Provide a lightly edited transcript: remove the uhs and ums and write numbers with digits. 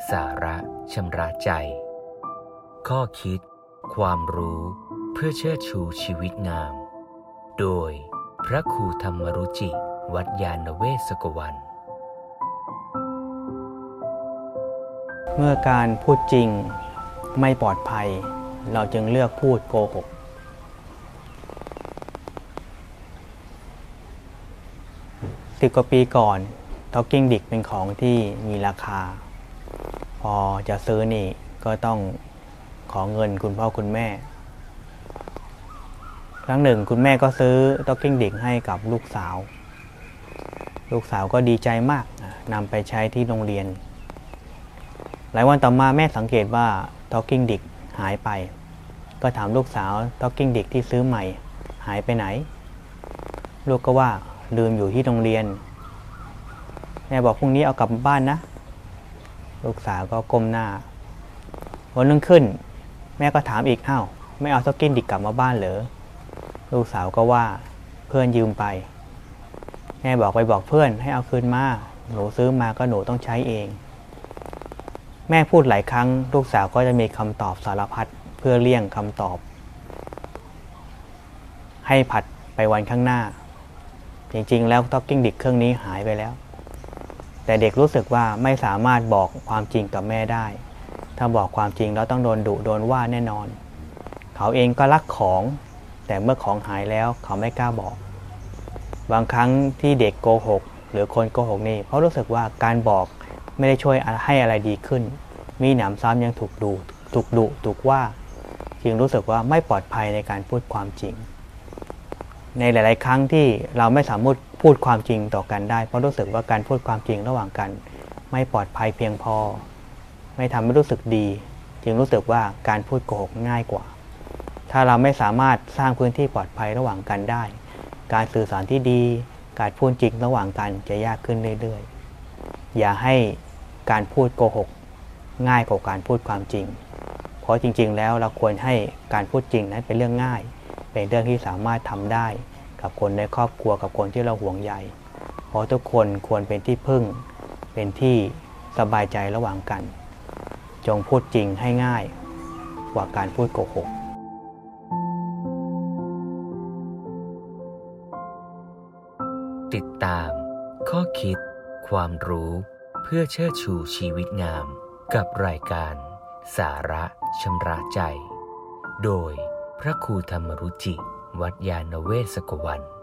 สาระชำระใจข้อคิดความรู้เพื่อเชิดชูชีวิตงามโดยพระครูธรรมรุจิวัดยานเวศกวันเมื่อการพูดจริงไม่ปลอดภัยเราจึงเลือกพูดโกหก10 กว่าปีก่อน Talking Dick เป็นของที่มีราคาพอจะซื้อนี่ก็ต้องขอเงินคุณพ่อคุณแม่ครั้งหนึ่งคุณแม่ก็ซื้อ Talking Dick ให้กับลูกสาวก็ดีใจมากนำไปใช้ที่โรงเรียนหลายวันต่อมาแม่สังเกตว่า Talking Dick หายไปก็ถามลูกสาว Talking Dick ที่ซื้อใหม่หายไปไหนลูกก็ว่าลืมอยู่ที่โรงเรียนแม่บอกพรุ่งนี้เอากลับบ้านนะลูกสาวก็ก้มหน้าวันรุ่งขึ้นแม่ก็ถามอีกไม่เอาTalking Dickกลับมาบ้านเหรอลูกสาวก็ว่าเพื่อนยืมไปแม่บอกไปบอกเพื่อนให้เอาคืนมาหนูซื้อมาก็หนูต้องใช้เองแม่พูดหลายครั้งลูกสาวก็จะมีคำตอบสารพัดเพื่อเลี่ยงคำตอบให้ผัดไปวันข้างหน้าจริงๆแล้ว Talking Dick เครื่องนี้หายไปแล้วแต่เด็กรู้สึกว่าไม่สามารถบอกความจริงกับแม่ได้ถ้าบอกความจริงแล้วต้องโดนดุโดนว่าแน่นอนเขาเองก็รักของแต่เมื่อของหายแล้วเขาไม่กล้าบอกบางครั้งที่เด็กโกหกหรือคนโกหกนี่เพราะรู้สึกว่าการบอกไม่ได้ช่วยให้อะไรดีขึ้นมีหนำซ้ำยังถูกดุถูกว่าจึงรู้สึกว่าไม่ปลอดภัยในการพูดความจริงในหลายๆครั้งที่เราไม่สามารถพูดความจริงต่อกันได้เพราะรู้สึกว่าการพูดความจริงระหว่างกันไม่ปลอดภัยเพียงพอไม่ทำให้รู้สึกดีจึงรู้สึกว่าการพูดโกหกง่ายกว่าถ้าเราไม่สามารถสร้างพื้นที่ปลอดภัยระหว่างกันได้การสื่อสารที่ดีการพูดจริงระหว่างกันจะยากขึ้นเรื่อยๆอย่าให้การพูดโกหกง่ายกว่าการพูดความจริงเพราะจริงๆแล้วเราควรให้การพูดจริงนั้นเป็นเรื่องง่ายเป็นเรื่องที่สามารถทำได้กับคนในครอบครัวกับคนที่เราห่วงใยเพราะทุกคนควรเป็นที่พึ่งเป็นที่สบายใจระหว่างกันจงพูดจริงให้ง่ายกว่าการพูดโกหกติดตามข้อคิดความรู้เพื่อเชิดชูชีวิตงามกับรายการสาระชำระใจโดยพระครูธรรมรุจิวัดยานเวศกวัน